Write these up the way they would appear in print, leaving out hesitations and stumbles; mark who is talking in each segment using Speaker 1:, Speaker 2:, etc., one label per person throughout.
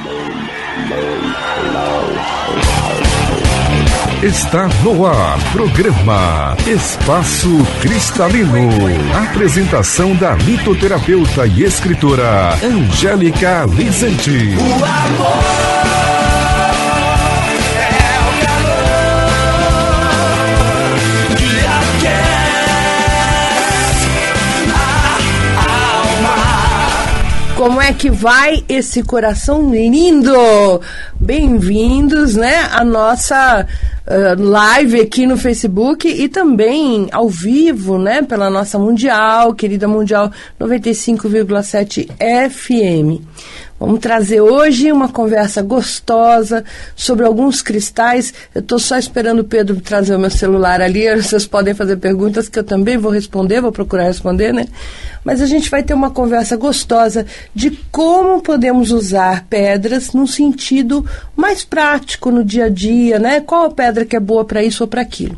Speaker 1: Está no ar, programa Espaço Cristalino. Apresentação da litoterapeuta e escritora Angélica Lizente.
Speaker 2: O amor é o calor que aquece a alma.
Speaker 3: Como é que vai esse coração lindo? Bem-vindos, né, à nossa live aqui no Facebook e também ao vivo, né, pela nossa Mundial, querida Mundial 95,7 FM. Vamos trazer hoje uma conversa gostosa sobre alguns cristais. Eu estou só esperando o Pedro trazer o meu celular ali. Vocês podem fazer perguntas que eu também vou responder, vou procurar responder, né? Mas a gente vai ter uma conversa gostosa de como podemos usar pedras num sentido mais prático no dia a dia, né? Qual a pedra que é boa para isso ou para aquilo.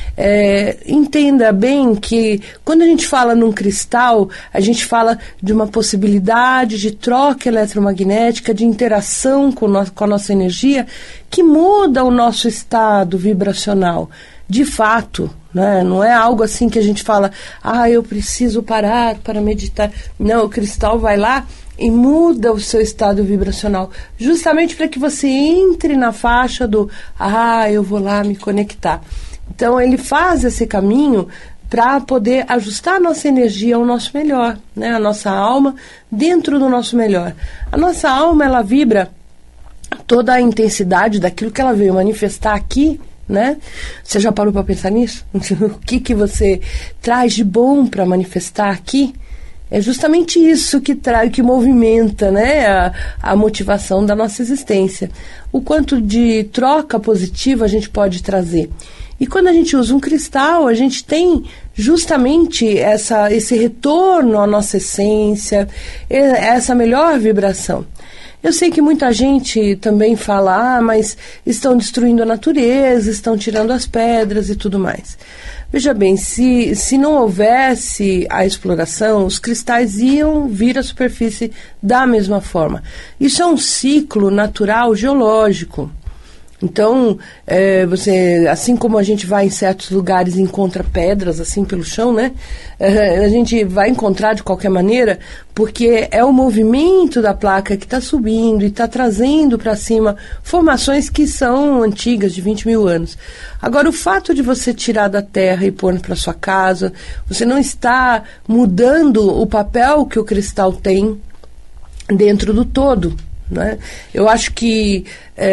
Speaker 3: Entenda bem que quando a gente fala num cristal, a gente fala de uma possibilidade de troca eletromagnética, de interação com a nossa energia, que muda o nosso estado vibracional. De fato, né? Não é algo assim que a gente fala, eu preciso parar para meditar. Não, o cristal vai lá e muda o seu estado vibracional, justamente para que você entre na faixa do, eu vou lá me conectar. Então, ele faz esse caminho para poder ajustar a nossa energia ao nosso melhor, né? A nossa alma dentro do nosso melhor. A nossa alma, ela vibra toda a intensidade daquilo que ela veio manifestar aqui, né? Você já parou para pensar nisso? O que você traz de bom para manifestar aqui? É justamente isso que movimenta, né, a motivação da nossa existência. O quanto de troca positiva a gente pode trazer. E quando a gente usa um cristal, a gente tem justamente esse retorno à nossa essência, essa melhor vibração. Eu sei que muita gente também fala, mas estão destruindo a natureza, estão tirando as pedras e tudo mais. Veja bem, se não houvesse a exploração, os cristais iam vir à superfície da mesma forma. Isso é um ciclo natural geológico. Então, você, assim como a gente vai em certos lugares e encontra pedras assim pelo chão, né? A gente vai encontrar de qualquer maneira, porque é o movimento da placa que está subindo e está trazendo para cima formações que são antigas, de 20 mil anos. Agora, o fato de você tirar da terra e pôr para sua casa, você não está mudando o papel que o cristal tem dentro do todo. Né? Eu acho que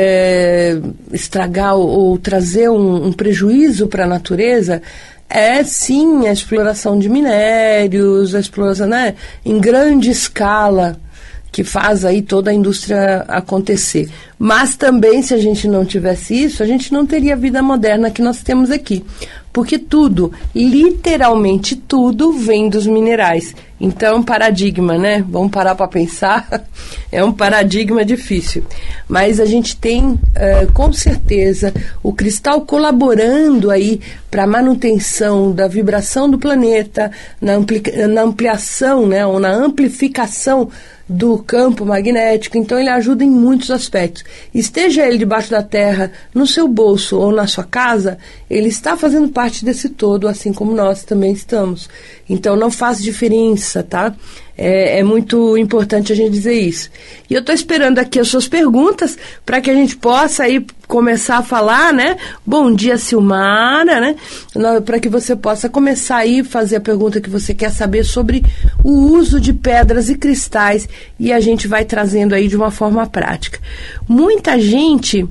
Speaker 3: estragar ou trazer um prejuízo para a natureza é sim a exploração de minérios, a exploração, né, em grande escala, que faz aí toda a indústria acontecer. Mas também, se a gente não tivesse isso, a gente não teria a vida moderna que nós temos aqui. Porque tudo, literalmente tudo, vem dos minerais. Então, é um paradigma, né? Vamos parar para pensar. É um paradigma difícil. Mas a gente tem, com certeza, o cristal colaborando aí para a manutenção da vibração do planeta, na ampliação, né? Ou na amplificação do campo magnético. Então, ele ajuda em muitos aspectos. Esteja ele debaixo da terra, no seu bolso ou na sua casa, ele está fazendo parte desse todo, assim como nós também estamos. Então, não faz diferença, tá? É muito importante a gente dizer isso. E eu estou esperando aqui as suas perguntas para que a gente possa aí começar a falar, né? Bom dia, Silmara, né? Para que você possa começar aí a fazer a pergunta que você quer saber sobre o uso de pedras e cristais, e a gente vai trazendo aí de uma forma prática. Muita gente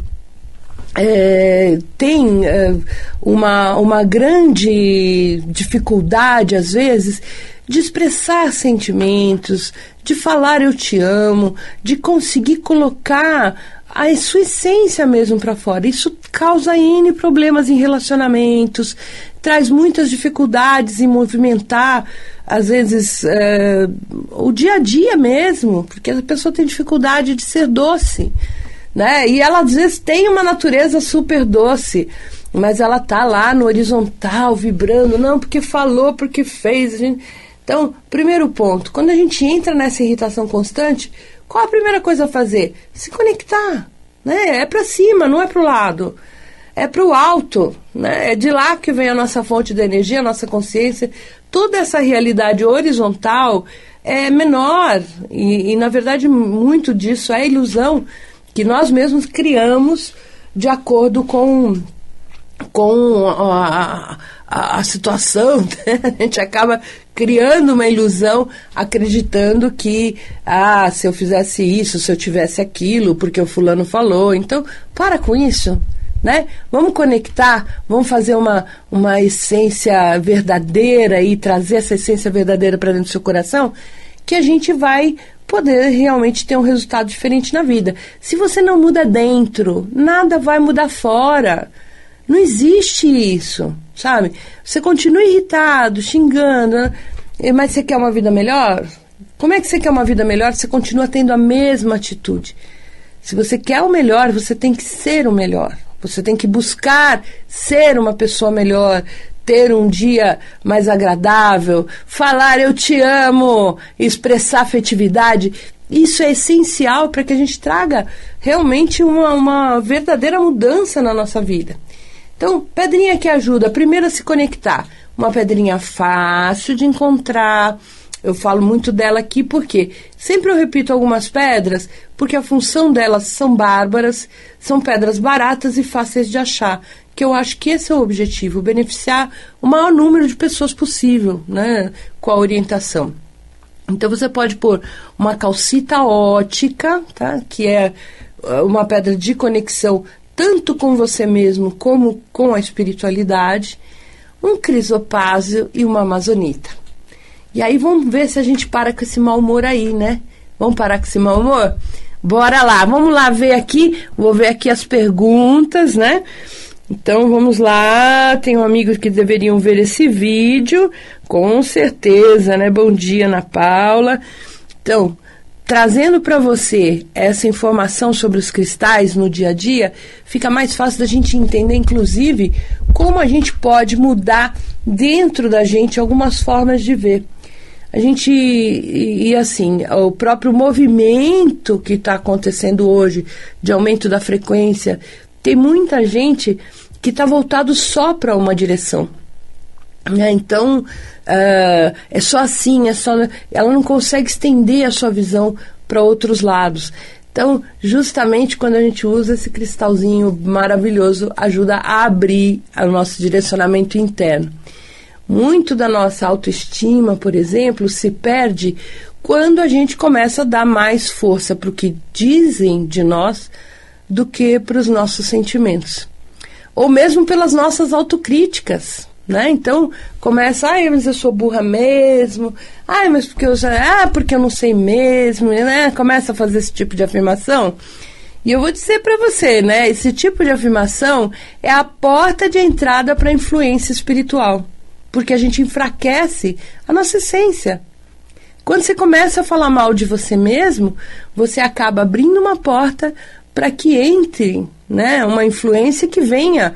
Speaker 3: tem uma grande dificuldade, às vezes, de expressar sentimentos, de falar eu te amo, de conseguir colocar a sua essência mesmo para fora. Isso causa N problemas em relacionamentos, traz muitas dificuldades em movimentar, às vezes, o dia a dia mesmo, porque a pessoa tem dificuldade de ser doce, né? E ela, às vezes, tem uma natureza super doce, mas ela tá lá no horizontal, vibrando, não, porque falou, porque fez. Então, primeiro ponto, quando a gente entra nessa irritação constante, qual a primeira coisa a fazer? Se conectar, né? É para cima, não é para o lado. É para o alto, né? É de lá que vem a nossa fonte de energia, a nossa consciência. Toda essa realidade horizontal é menor e na verdade, muito disso é ilusão que nós mesmos criamos de acordo com a situação, né? A gente acaba criando uma ilusão, acreditando que, se eu fizesse isso, se eu tivesse aquilo, porque o fulano falou. Então, para com isso, né? Vamos conectar, vamos fazer uma essência verdadeira e trazer essa essência verdadeira para dentro do seu coração, que a gente vai poder realmente ter um resultado diferente na vida. Se você não muda dentro, nada vai mudar fora. Não existe isso, sabe? Você continua irritado, xingando, né? Mas você quer uma vida melhor? Como é que você quer uma vida melhor se você continua tendo a mesma atitude? Se você quer o melhor, você tem que ser o melhor. Você tem que buscar ser uma pessoa melhor, ter um dia mais agradável, falar eu te amo, expressar afetividade. Isso é essencial para que a gente traga realmente uma verdadeira mudança na nossa vida. Então, pedrinha que ajuda, primeiro a se conectar. Uma pedrinha fácil de encontrar. Eu falo muito dela aqui porque sempre eu repito algumas pedras, porque a função delas são bárbaras, são pedras baratas e fáceis de achar. Que eu acho que esse é o objetivo, beneficiar o maior número de pessoas possível, né, com a orientação. Então você pode pôr uma calcita ótica, tá, que é uma pedra de conexão tanto com você mesmo como com a espiritualidade, um crisopásio e uma amazonita. E aí vamos ver se a gente para com esse mau humor aí, né? Vamos parar com esse mau humor? Bora lá, vamos lá ver aqui, vou ver aqui as perguntas, né? Então vamos lá, tenho amigos que deveriam ver esse vídeo, com certeza, né? Bom dia, Ana Paula. Então, trazendo para você essa informação sobre os cristais no dia a dia, fica mais fácil da gente entender, inclusive, como a gente pode mudar dentro da gente algumas formas de ver. A gente, e assim, o próprio movimento que está acontecendo hoje, de aumento da frequência, tem muita gente que está voltado só para uma direção. Então, é só assim, ela não consegue estender a sua visão para outros lados. Então, justamente quando a gente usa esse cristalzinho maravilhoso, ajuda a abrir o nosso direcionamento interno. Muito da nossa autoestima, por exemplo, se perde quando a gente começa a dar mais força para o que dizem de nós do que para os nossos sentimentos. Ou mesmo pelas nossas autocríticas, né? Então, começa, mas eu sou burra mesmo, mas porque eu não sei mesmo, né? Começa a fazer esse tipo de afirmação. E eu vou dizer para você, né? Esse tipo de afirmação é a porta de entrada para a influência espiritual, porque a gente enfraquece a nossa essência. Quando você começa a falar mal de você mesmo, você acaba abrindo uma porta para que entre, né, uma influência que venha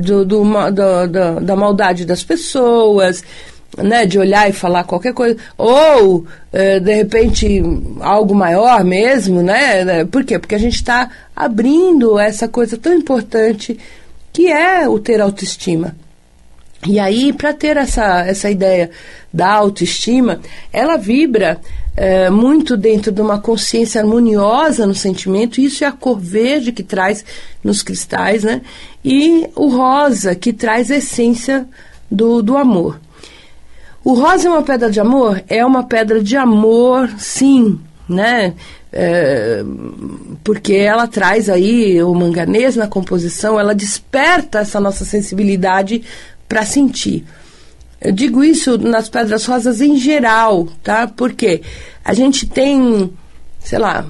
Speaker 3: da maldade das pessoas, né, de olhar e falar qualquer coisa, ou de repente algo maior mesmo, né? Por quê? Porque a gente está abrindo essa coisa tão importante que é o ter autoestima. E aí, para ter essa ideia da autoestima, ela vibra muito dentro de uma consciência harmoniosa no sentimento. Isso é a cor verde que traz nos cristais, né? E o rosa, que traz a essência do amor. O rosa é uma pedra de amor? É uma pedra de amor, sim, né? Porque ela traz aí o manganês na composição, ela desperta essa nossa sensibilidade para sentir. Eu digo isso nas pedras rosas em geral, tá? Porque a gente tem, sei lá,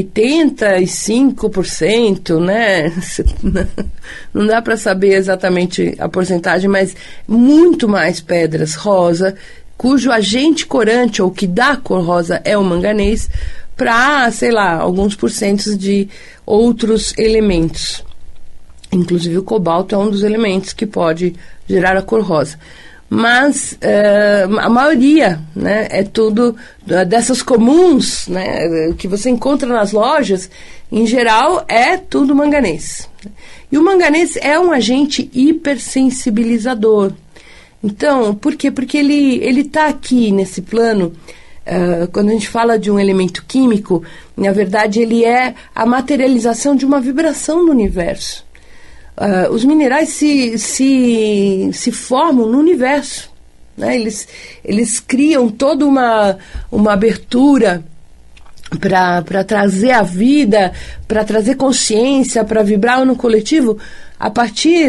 Speaker 3: 85%, né? Não dá para saber exatamente a porcentagem, mas muito mais pedras rosa, cujo agente corante, ou que dá cor rosa, é o manganês, para, sei lá, alguns porcentos de outros elementos. Inclusive o cobalto é um dos elementos que pode gerar a cor rosa. mas a maioria, né, é tudo dessas comuns, né, que você encontra nas lojas, em geral é tudo manganês. E o manganês é um agente hipersensibilizador. Então, por quê? Porque ele está aqui nesse plano. Quando a gente fala de um elemento químico, na verdade ele é a materialização de uma vibração do universo. Os minerais se formam no universo, né? Eles criam toda uma abertura para trazer a vida, para trazer consciência, para vibrar no coletivo, a partir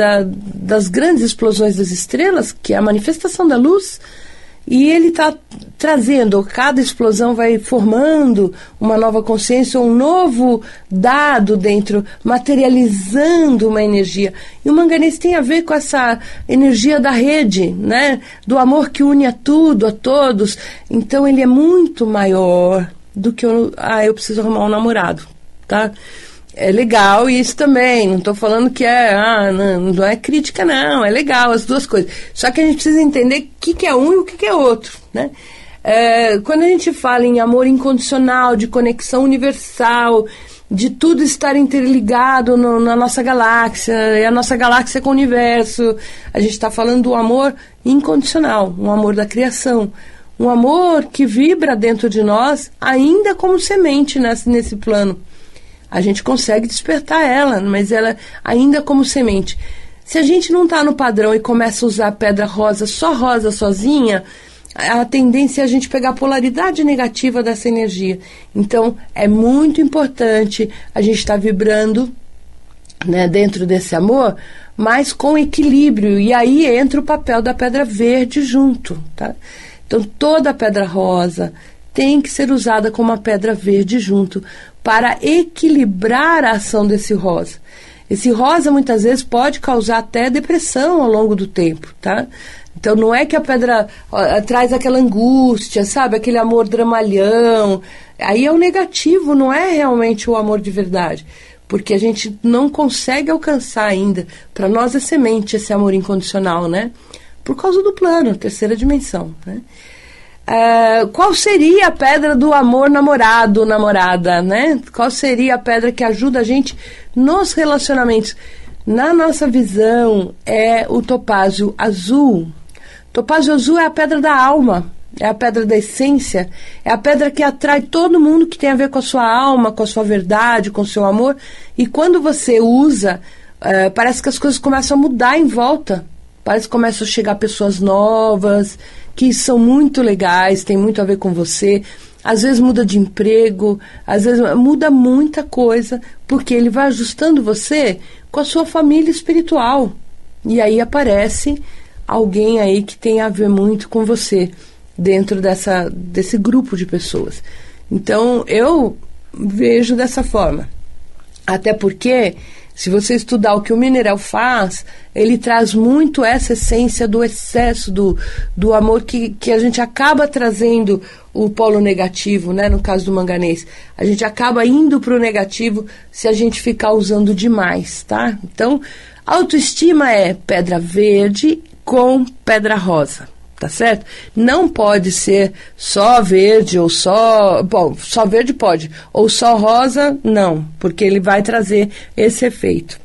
Speaker 3: das grandes explosões das estrelas, que é a manifestação da luz. E ele está trazendo, cada explosão vai formando uma nova consciência, um novo dado dentro, materializando uma energia. E o manganês tem a ver com essa energia da rede, né? Do amor que une a tudo, a todos. Então ele é muito maior do que eu preciso arrumar um namorado, tá? É legal isso também, não estou falando que não é crítica não, é legal as duas coisas. Só que a gente precisa entender o que é um e o que é outro, né? Quando a gente fala em amor incondicional, de conexão universal, de tudo estar interligado na nossa galáxia, e a nossa galáxia com o universo, a gente está falando do amor incondicional, um amor da criação, um amor que vibra dentro de nós ainda como semente nesse plano. A gente consegue despertar ela, mas ela ainda como semente. Se a gente não está no padrão e começa a usar pedra rosa, só rosa sozinha, a tendência é a gente pegar a polaridade negativa dessa energia. Então, é muito importante a gente estar vibrando, né, dentro desse amor, mas com equilíbrio. E aí entra o papel da pedra verde junto, tá? Então, toda a pedra rosa tem que ser usada como uma pedra verde junto, para equilibrar a ação desse rosa. Esse rosa muitas vezes pode causar até depressão ao longo do tempo, tá? Então não é que a pedra traz aquela angústia, sabe? Aquele amor dramalhão. Aí é o negativo, não é realmente o amor de verdade. Porque a gente não consegue alcançar ainda. Para nós é semente esse amor incondicional, né? Por causa do plano, terceira dimensão, né? Qual seria a pedra do amor namorado, namorada, né? Qual seria a pedra que ajuda a gente nos relacionamentos? Na nossa visão, é o topázio azul. Topázio azul é a pedra da alma, é a pedra da essência, é a pedra que atrai todo mundo que tem a ver com a sua alma, com a sua verdade, com o seu amor. E quando você usa, parece que as coisas começam a mudar em volta. Parece que começam a chegar pessoas novas, que são muito legais, tem muito a ver com você. Às vezes muda de emprego, às vezes muda muita coisa, porque ele vai ajustando você com a sua família espiritual. E aí aparece alguém aí que tem a ver muito com você, dentro desse grupo de pessoas. Então, eu vejo dessa forma. Até porque, se você estudar o que o mineral faz, ele traz muito essa essência do excesso, do amor que a gente acaba trazendo o polo negativo, né? No caso do manganês. A gente acaba indo para o negativo se a gente ficar usando demais, tá? Então, autoestima é pedra verde com pedra rosa, tá certo? Não pode ser só verde ou só... Bom, só verde pode, ou só rosa, não, porque ele vai trazer esse efeito.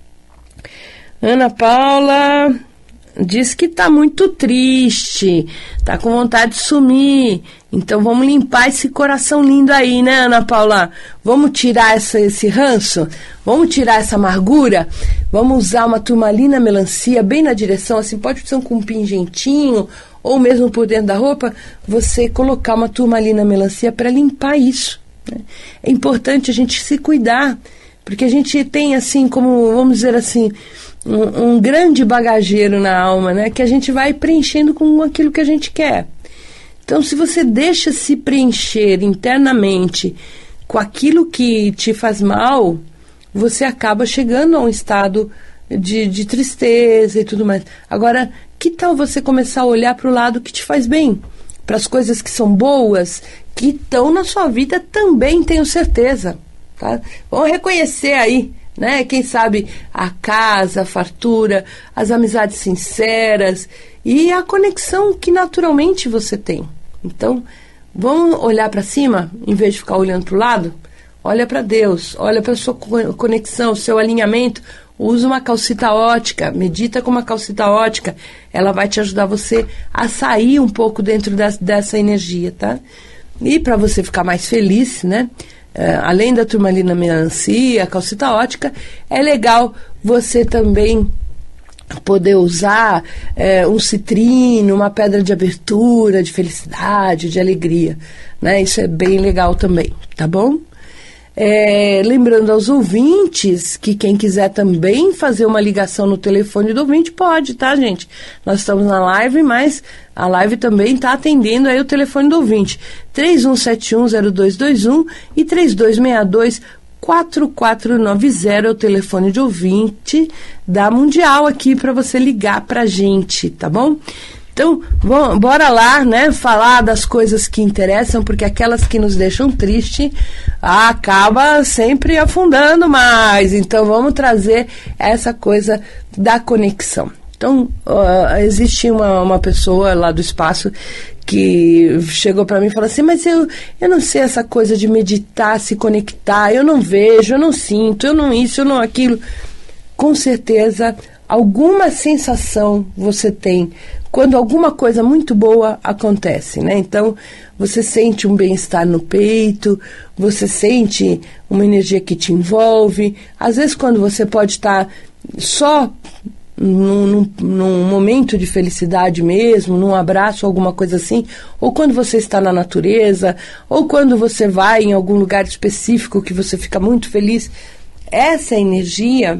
Speaker 3: Ana Paula diz que tá muito triste, tá com vontade de sumir. Então vamos limpar esse coração lindo aí, né, Ana Paula? Vamos tirar esse ranço? Vamos tirar essa amargura? Vamos usar uma turmalina melancia bem na direção, assim, pode ser um pingentinho, ou mesmo por dentro da roupa, você colocar uma turmalina melancia para limpar isso, né? É importante a gente se cuidar, porque a gente tem, assim, como, vamos dizer assim, um grande bagageiro na alma, né? Que a gente vai preenchendo com aquilo que a gente quer. Então, se você deixa se preencher internamente com aquilo que te faz mal, você acaba chegando a um estado de tristeza e tudo mais. Agora, que tal você começar a olhar para o lado que te faz bem? Para as coisas que são boas, que estão na sua vida também, tenho certeza. Tá? Vamos reconhecer aí né? Quem sabe a casa, a fartura, as amizades sinceras e a conexão que naturalmente você tem. Então, vamos olhar para cima, em vez de ficar olhando para o lado? Olha para Deus, olha para a sua conexão, seu alinhamento. Usa uma calcita ótica, medita com uma calcita ótica. Ela vai te ajudar você a sair um pouco dentro dessa energia, tá? E para você ficar mais feliz, né? Além da turmalina melancia, a calcita ótica, é legal você também poder usar um citrino, uma pedra de abertura, de felicidade, de alegria, né? Isso é bem legal também, tá bom? Lembrando aos ouvintes que quem quiser também fazer uma ligação no telefone do ouvinte pode, tá, gente? Nós estamos na live, mas a live também está atendendo aí o telefone do ouvinte 31710221 e 3262-4490 é o telefone de ouvinte da Mundial aqui para você ligar pra gente, tá bom? Então, bora lá, né, falar das coisas que interessam, porque aquelas que nos deixam triste acaba sempre afundando mais. Então, vamos trazer essa coisa da conexão. Então, existe uma pessoa lá do espaço que chegou para mim e falou assim, mas eu não sei essa coisa de meditar, se conectar, eu não vejo, eu não sinto, eu não isso, eu não aquilo. Com certeza, alguma sensação você tem quando alguma coisa muito boa acontece, né? Então, você sente um bem-estar no peito, você sente uma energia que te envolve. Às vezes, quando você pode estar só num momento de felicidade mesmo, num abraço, alguma coisa assim, ou quando você está na natureza, ou quando você vai em algum lugar específico que você fica muito feliz, essa energia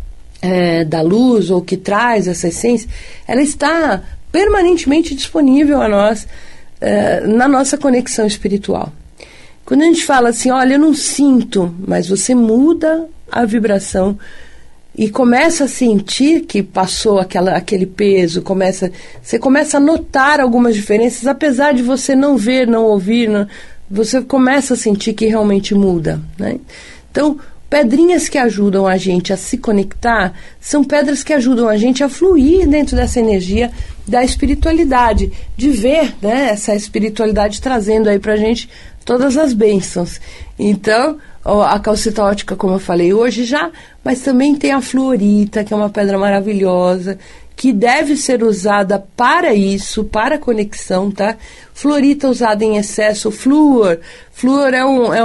Speaker 3: da luz, ou que traz essa essência, ela está permanentemente disponível a nós, na nossa conexão espiritual. Quando a gente fala assim, olha, eu não sinto, mas você muda a vibração e começa a sentir que passou aquele peso, você começa a notar algumas diferenças, apesar de você não ver, não ouvir, você começa a sentir que realmente muda, né? Então, pedrinhas que ajudam a gente a se conectar são pedras que ajudam a gente a fluir dentro dessa energia da espiritualidade, de ver, né, essa espiritualidade trazendo aí pra gente todas as bênçãos. Então, a calcita ótica, como eu falei hoje já, mas também tem a fluorita, que é uma pedra maravilhosa, que deve ser usada para isso, para conexão, tá? Fluorita usada em excesso, flúor é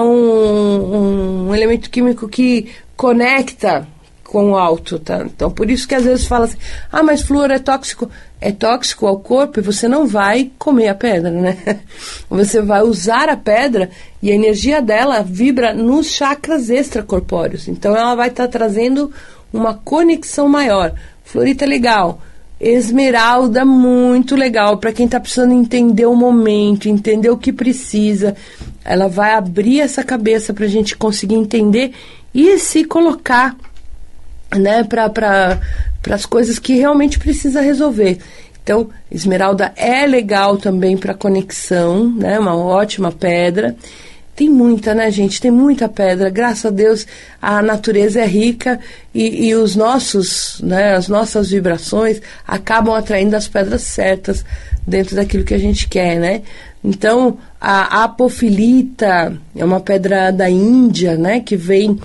Speaker 3: um elemento químico que conecta com o alto, tá? Então, por isso que às vezes fala assim, mas flúor é tóxico. É tóxico ao corpo e você não vai comer a pedra, né? Você vai usar a pedra e a energia dela vibra nos chakras extracorpóreos. Então, ela vai estar trazendo uma conexão maior. Fluorita é legal. Esmeralda, muito legal. Para quem está precisando entender o momento, entender o que precisa. Ela vai abrir essa cabeça para a gente conseguir entender e se colocar, né, para as coisas que realmente precisa resolver. Então, esmeralda é legal também para conexão, né, uma ótima pedra. Tem muita, né, gente? Tem muita pedra. Graças a Deus, a natureza é rica e os nossos, né, as nossas vibrações acabam atraindo as pedras certas dentro daquilo que a gente quer, né? Então, a apofilita é uma pedra da Índia, né, que vem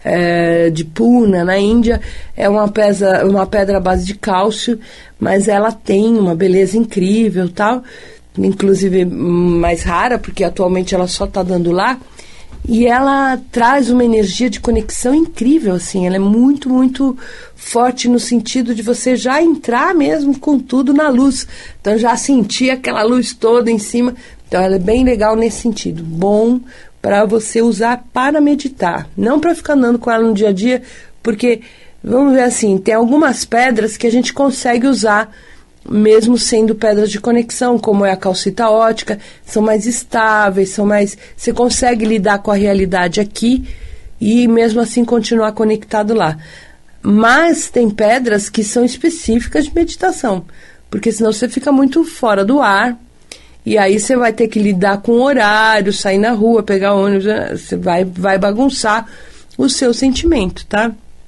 Speaker 3: de Puna, na Índia. É uma pedra à base de cálcio, mas ela tem uma beleza incrível, tal, inclusive mais rara, porque atualmente ela só está dando lá, e ela traz uma energia de conexão incrível, assim, ela é muito, muito forte no sentido de você já entrar mesmo com tudo na luz, então já sentir aquela luz toda em cima, então ela é bem legal nesse sentido, bom para você usar para meditar, não para ficar andando com ela no dia a dia, porque, vamos ver assim, tem algumas pedras que a gente consegue usar mesmo sendo pedras de conexão, como é a calcita ótica, são mais estáveis, você consegue lidar com a realidade aqui e mesmo assim continuar conectado lá. Mas tem pedras que são específicas de meditação, porque senão você fica muito fora do ar, e aí você vai ter que lidar com o horário, sair na rua, pegar ônibus, você vai bagunçar o seu sentimento, tá?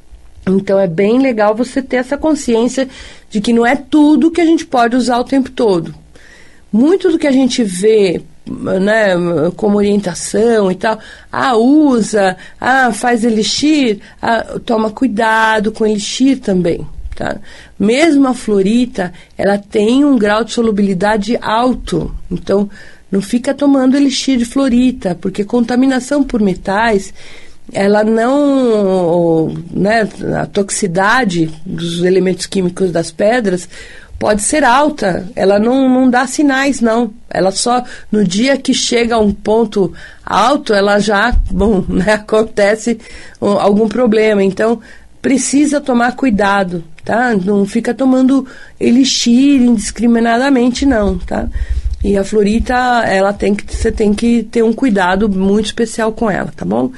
Speaker 3: Então é bem legal você ter essa consciência de que não é tudo que a gente pode usar o tempo todo. Muito do que a gente vê, né, como orientação e tal, usa, faz elixir, toma cuidado com elixir também, tá? Mesmo a florita, ela tem um grau de solubilidade alto, então não fica tomando elixir de florita, porque contaminação por metais, ela não, né, a toxicidade dos elementos químicos das pedras pode ser alta, ela não dá sinais, não. Ela só, no dia que chega a um ponto alto, ela já, né, acontece algum problema. Então, precisa tomar cuidado, tá? Não fica tomando elixir indiscriminadamente, não, tá? E a florita, você tem que ter um cuidado muito especial com ela, tá bom?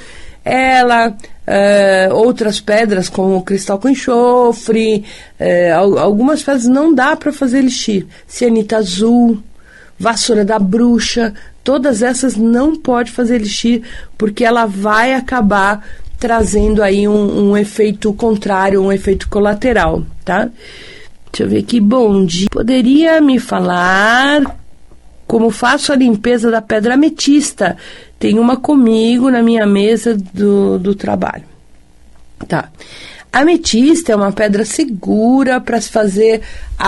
Speaker 3: Outras pedras como o cristal com enxofre, algumas pedras não dá para fazer elixir. Cianita azul, vassoura da bruxa, todas essas não pode fazer elixir, porque ela vai acabar trazendo aí um efeito contrário, um efeito colateral, tá? Deixa eu ver aqui, bom dia. Poderia me falar como faço a limpeza da pedra ametista? Tem uma comigo na minha mesa do trabalho. Tá. A ametista é uma pedra segura para se fazer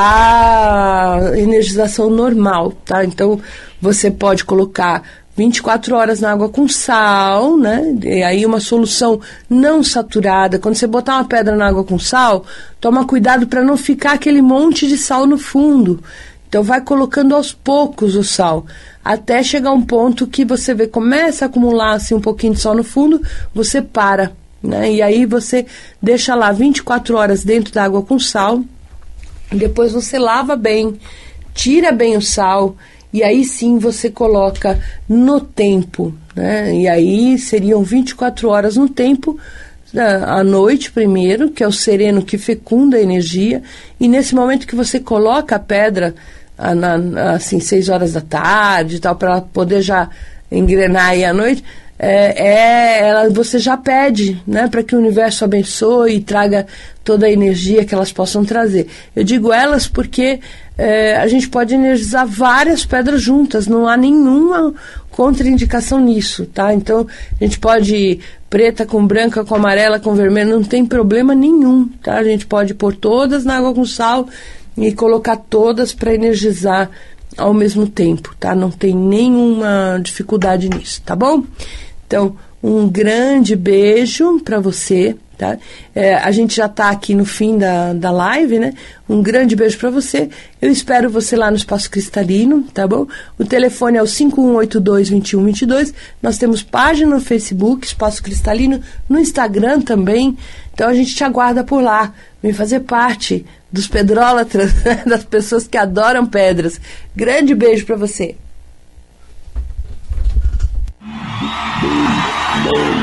Speaker 3: a energização normal, tá? Então, você pode colocar 24 horas na água com sal, né? E aí uma solução não saturada. Quando você botar uma pedra na água com sal, toma cuidado para não ficar aquele monte de sal no fundo. Então, vai colocando aos poucos o sal, até chegar um ponto que você vê, começa a acumular assim, um pouquinho de sal no fundo, você para, né? E aí você deixa lá 24 horas dentro da água com sal, depois você lava bem, tira bem o sal, e aí sim você coloca no tempo, né? E aí seriam 24 horas no tempo, à noite primeiro, que é o sereno que fecunda a energia, e nesse momento que você coloca a pedra, assim, 6 horas da tarde e tal, para poder já engrenar aí à noite, você já pede, né, para que o universo abençoe e traga toda a energia que elas possam trazer. Eu digo elas porque a gente pode energizar várias pedras juntas, não há nenhuma contraindicação nisso, tá? Então, a gente pode ir preta com branca, com amarela, com vermelha, não tem problema nenhum, tá? A gente pode pôr todas na água com sal e colocar todas para energizar ao mesmo tempo, tá? Não tem nenhuma dificuldade nisso, tá bom? Então, um grande beijo para você, tá? A gente já está aqui no fim da live, né? Um grande beijo para você. Eu espero você lá no Espaço Cristalino, tá bom? O telefone é o 5182-2122. Nós temos página no Facebook, Espaço Cristalino, no Instagram também. Então, a gente te aguarda por lá. Vem fazer parte dos pedrólatras, né? Das pessoas que adoram pedras. Grande beijo para você.